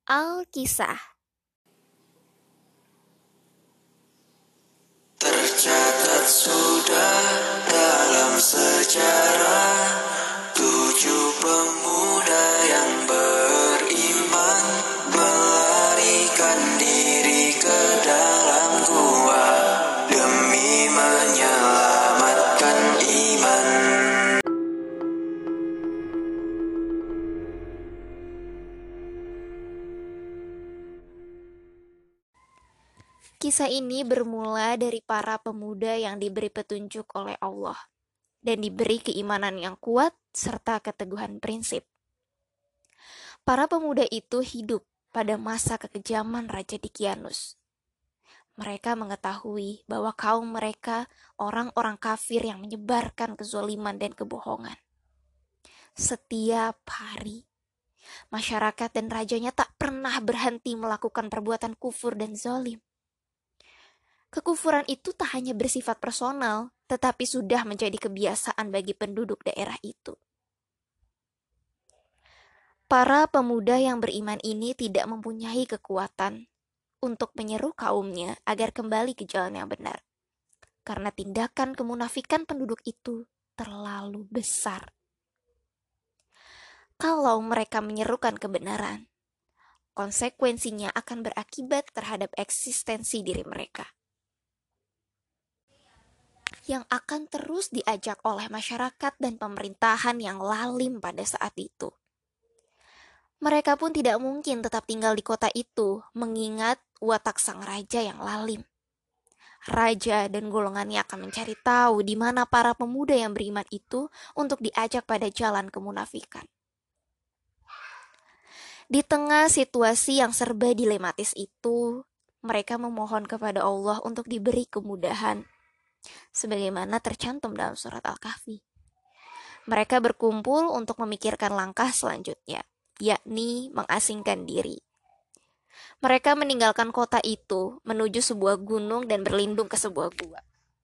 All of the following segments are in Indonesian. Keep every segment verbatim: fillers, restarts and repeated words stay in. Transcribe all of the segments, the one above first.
Al-Kisah. Tercatat sudah dalam sejarah tujuh pemuda yang beriman melarikan diri ke dalam gua demi menyelamatkan iman. Kisah ini bermula dari para pemuda yang diberi petunjuk oleh Allah dan diberi keimanan yang kuat serta keteguhan prinsip. Para pemuda itu hidup pada masa kekejaman Raja Dikianus. Mereka mengetahui bahwa kaum mereka orang-orang kafir yang menyebarkan kezaliman dan kebohongan. Setiap hari, masyarakat dan rajanya tak pernah berhenti melakukan perbuatan kufur dan zalim. Kekufuran itu tak hanya bersifat personal, tetapi sudah menjadi kebiasaan bagi penduduk daerah itu. Para pemuda yang beriman ini tidak mempunyai kekuatan untuk menyeru kaumnya agar kembali ke jalan yang benar, karena tindakan kemunafikan penduduk itu terlalu besar. Kalau mereka menyerukan kebenaran, konsekuensinya akan berakibat terhadap eksistensi diri mereka, yang akan terus diajak oleh masyarakat dan pemerintahan yang lalim pada saat itu. Mereka pun tidak mungkin tetap tinggal di kota itu, mengingat watak sang raja yang lalim. Raja dan golongannya akan mencari tahu di mana para pemuda yang beriman itu untuk diajak pada jalan kemunafikan. Di tengah situasi yang serba dilematis itu, mereka memohon kepada Allah untuk diberi kemudahan, sebagaimana tercantum dalam surat Al-Kahfi. Mereka berkumpul untuk memikirkan langkah selanjutnya, yakni mengasingkan diri. Mereka meninggalkan kota itu, menuju sebuah gunung dan berlindung ke sebuah gua.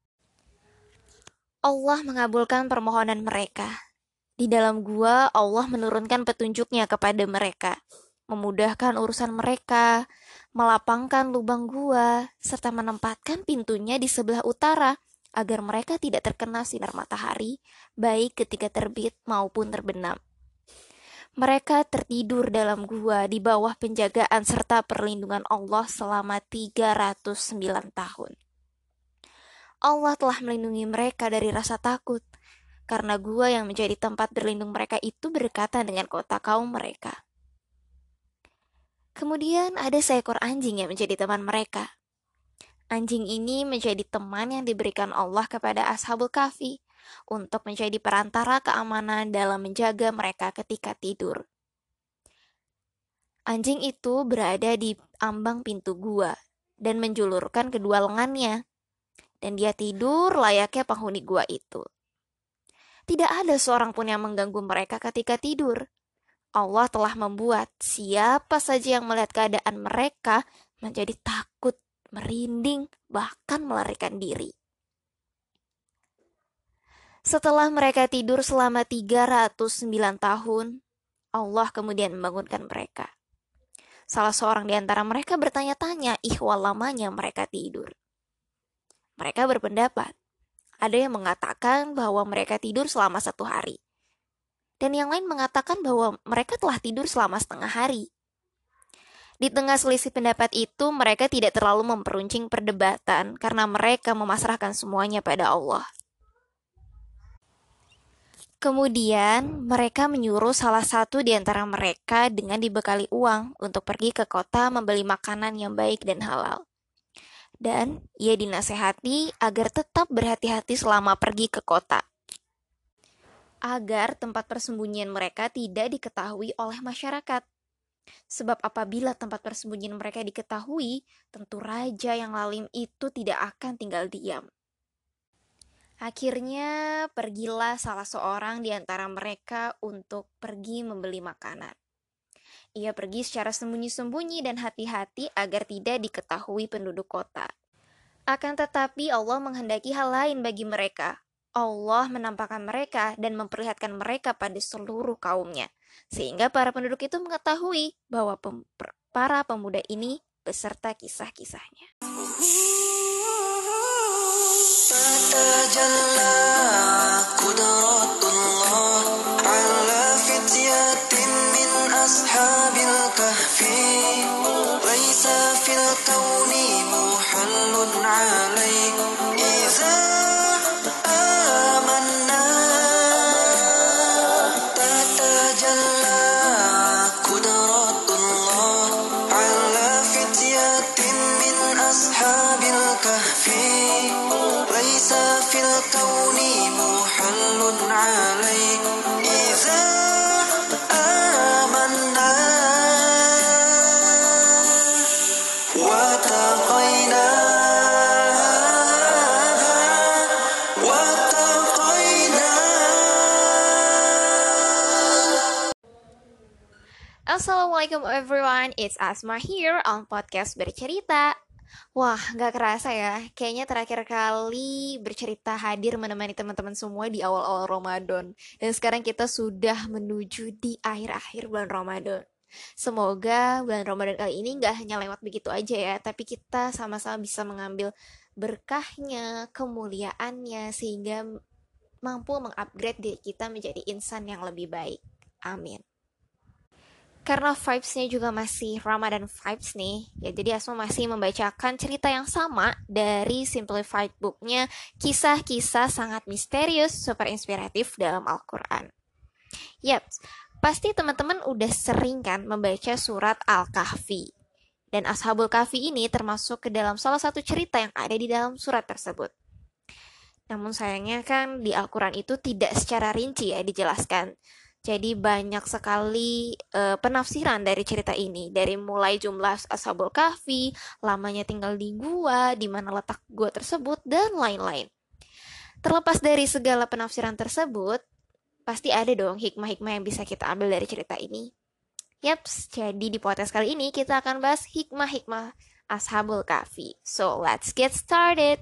Allah mengabulkan permohonan mereka. Di dalam gua, Allah menurunkan petunjuknya kepada mereka, memudahkan urusan mereka, melapangkan lubang gua, serta menempatkan pintunya di sebelah utara, agar mereka tidak terkena sinar matahari, baik ketika terbit maupun terbenam. Mereka tertidur dalam gua di bawah penjagaan serta perlindungan Allah selama tiga ratus sembilan tahun. Allah telah melindungi mereka dari rasa takut, karena gua yang menjadi tempat berlindung mereka itu berdekatan dengan kota kaum mereka. Kemudian ada seekor anjing yang menjadi teman mereka. Anjing ini menjadi teman yang diberikan Allah kepada Ashabul Kahfi untuk menjadi perantara keamanan dalam menjaga mereka ketika tidur. Anjing itu berada di ambang pintu gua dan menjulurkan kedua lengannya, dan dia tidur layaknya penghuni gua itu. Tidak ada seorang pun yang mengganggu mereka ketika tidur. Allah telah membuat siapa saja yang melihat keadaan mereka menjadi takut, merinding, bahkan melarikan diri. Setelah mereka tidur selama tiga ratus sembilan tahun, Allah kemudian membangunkan mereka. Salah seorang di antara mereka bertanya-tanya ihwal lamanya mereka tidur. Mereka berpendapat, ada yang mengatakan bahwa mereka tidur selama satu hari, dan yang lain mengatakan bahwa mereka telah tidur selama setengah hari. Di tengah selisih pendapat itu, mereka tidak terlalu memperuncing perdebatan karena mereka memasrahkan semuanya pada Allah. Kemudian, mereka menyuruh salah satu di antara mereka dengan dibekali uang untuk pergi ke kota membeli makanan yang baik dan halal. Dan ia dinasehati agar tetap berhati-hati selama pergi ke kota, agar tempat persembunyian mereka tidak diketahui oleh masyarakat. Sebab apabila tempat persembunyian mereka diketahui, tentu raja yang lalim itu tidak akan tinggal diam. Akhirnya pergilah salah seorang di antara mereka untuk pergi membeli makanan. Ia pergi secara sembunyi-sembunyi dan hati-hati agar tidak diketahui penduduk kota. Akan tetapi Allah menghendaki hal lain bagi mereka. Allah menampakkan mereka dan memperlihatkan mereka pada seluruh kaumnya, sehingga para penduduk itu mengetahui bahwa para pemuda ini beserta kisah-kisahnya. فتجلى قدرة الله على فتية من أصحاب الكهف ليس في الكون محل عليه إذا آمنا تتجلى قدرة الله على فتية من أصحاب الكهف ليس في الكون محل عليه إذا آمنا واتقينا واتقينا. Assalamualaikum everyone, it's Asma here on podcast Bercerita. Wah, gak kerasa ya, kayaknya terakhir kali bercerita hadir menemani teman-teman semua di awal-awal Ramadan. Dan sekarang kita sudah menuju di akhir-akhir bulan Ramadan. Semoga bulan Ramadan kali ini gak hanya lewat begitu aja ya, tapi kita sama-sama bisa mengambil berkahnya, kemuliaannya, sehingga mampu mengupgrade diri kita menjadi insan yang lebih baik. Amin. Karena vibes-nya juga masih Ramadan vibes nih, ya jadi Asma masih membacakan cerita yang sama dari Simplified Book-nya Kisah-kisah Sangat Misterius Super Inspiratif dalam Al-Quran. Yap, pasti teman-teman udah sering kan membaca surat Al-Kahfi. Dan Ashabul Kahfi ini termasuk ke dalam salah satu cerita yang ada di dalam surat tersebut. Namun sayangnya kan di Al-Quran itu tidak secara rinci ya dijelaskan. Jadi banyak sekali uh, penafsiran dari cerita ini, dari mulai jumlah Ashabul Kahfi, lamanya tinggal di gua, di mana letak gua tersebut, dan lain-lain. Terlepas dari segala penafsiran tersebut, pasti ada dong hikmah-hikmah yang bisa kita ambil dari cerita ini. Yaps, jadi di podcast kali ini kita akan bahas hikmah-hikmah Ashabul Kahfi. So let's get started.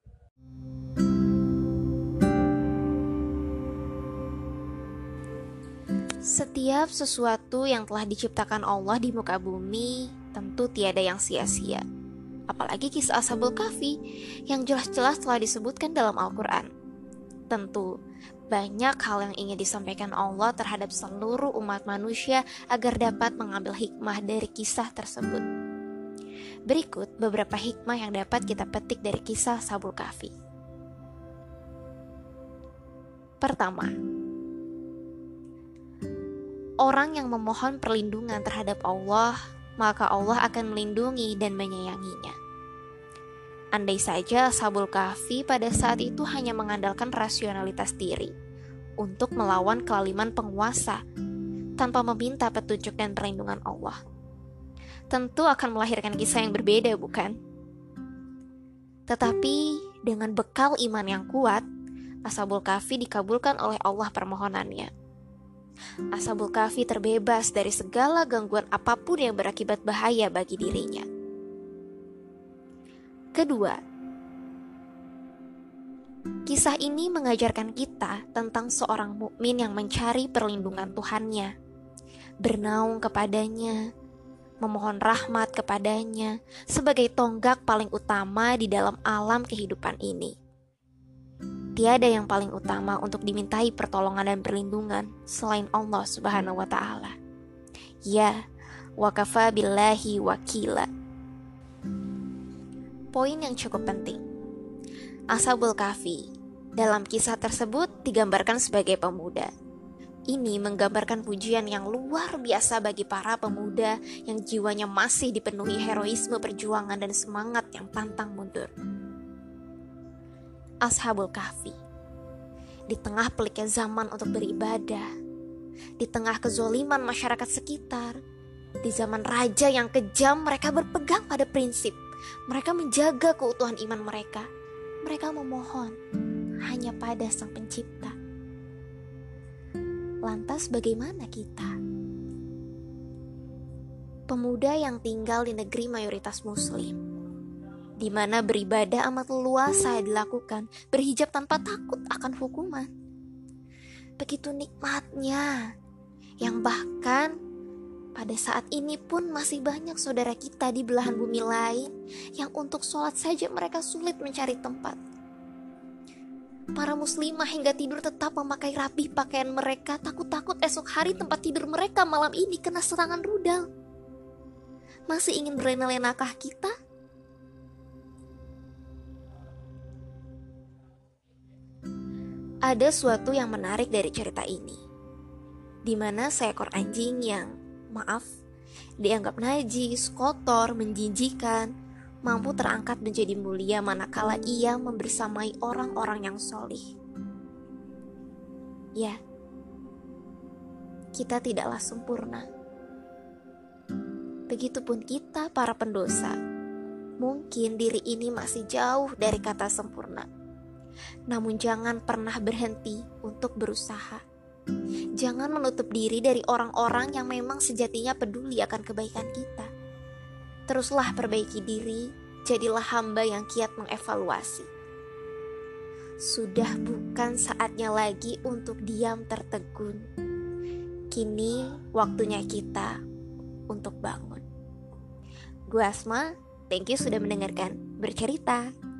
Setiap sesuatu yang telah diciptakan Allah di muka bumi tentu tiada yang sia-sia. Apalagi kisah Ashabul Kahfi yang jelas-jelas telah disebutkan dalam Al-Quran. Tentu banyak hal yang ingin disampaikan Allah terhadap seluruh umat manusia agar dapat mengambil hikmah dari kisah tersebut. Berikut beberapa hikmah yang dapat kita petik dari kisah Ashabul Kahfi. Pertama, orang yang memohon perlindungan terhadap Allah, maka Allah akan melindungi dan menyayanginya. Andai saja Ashabul Kahfi pada saat itu hanya mengandalkan rasionalitas diri untuk melawan kelaliman penguasa tanpa meminta petunjuk dan perlindungan Allah, tentu akan melahirkan kisah yang berbeda, bukan? Tetapi dengan bekal iman yang kuat, Ashabul Kahfi dikabulkan oleh Allah permohonannya. Ashabul Kahfi terbebas dari segala gangguan apapun yang berakibat bahaya bagi dirinya. Kedua, kisah ini mengajarkan kita tentang seorang mukmin yang mencari perlindungan Tuhannya, bernaung kepadanya, memohon rahmat kepadanya sebagai tonggak paling utama di dalam alam kehidupan ini. Tiada yang paling utama untuk dimintai pertolongan dan perlindungan selain Allah Subhanahu wa Ta'ala. Ya, wa kafa billahi wakila. Poin yang cukup penting. Ashabul Kahfi dalam kisah tersebut digambarkan sebagai pemuda. Ini menggambarkan pujian yang luar biasa bagi para pemuda yang jiwanya masih dipenuhi heroisme perjuangan dan semangat yang pantang mundur. Ashabul Kahfi di tengah peliknya zaman untuk beribadah, di tengah kezoliman masyarakat sekitar, di zaman raja yang kejam, mereka berpegang pada prinsip. Mereka menjaga keutuhan iman mereka. Mereka memohon hanya pada Sang Pencipta. Lantas bagaimana kita? Pemuda yang tinggal di negeri mayoritas muslim, di mana beribadah amat luasa dilakukan, berhijab tanpa takut akan hukuman. Begitu nikmatnya, yang bahkan pada saat ini pun masih banyak saudara kita di belahan bumi lain yang untuk sholat saja mereka sulit mencari tempat. Para muslimah hingga tidur tetap memakai rapi pakaian mereka, takut-takut esok hari tempat tidur mereka malam ini kena serangan rudal. Masih ingin berlena-lenakah kita? Ada suatu yang menarik dari cerita ini, di mana seekor anjing yang, maaf, dianggap najis, kotor, menjijikan, mampu terangkat menjadi mulia manakala ia membersamai orang-orang yang solih. Ya, kita tidaklah sempurna. Begitupun kita para pendosa. Mungkin diri ini masih jauh dari kata sempurna. Namun jangan pernah berhenti untuk berusaha. Jangan menutup diri dari orang-orang yang memang sejatinya peduli akan kebaikan kita. Teruslah perbaiki diri, jadilah hamba yang giat mengevaluasi. Sudah bukan saatnya lagi untuk diam tertegun. Kini waktunya kita untuk bangun. Gue Asma, thank you sudah mendengarkan Bercerita.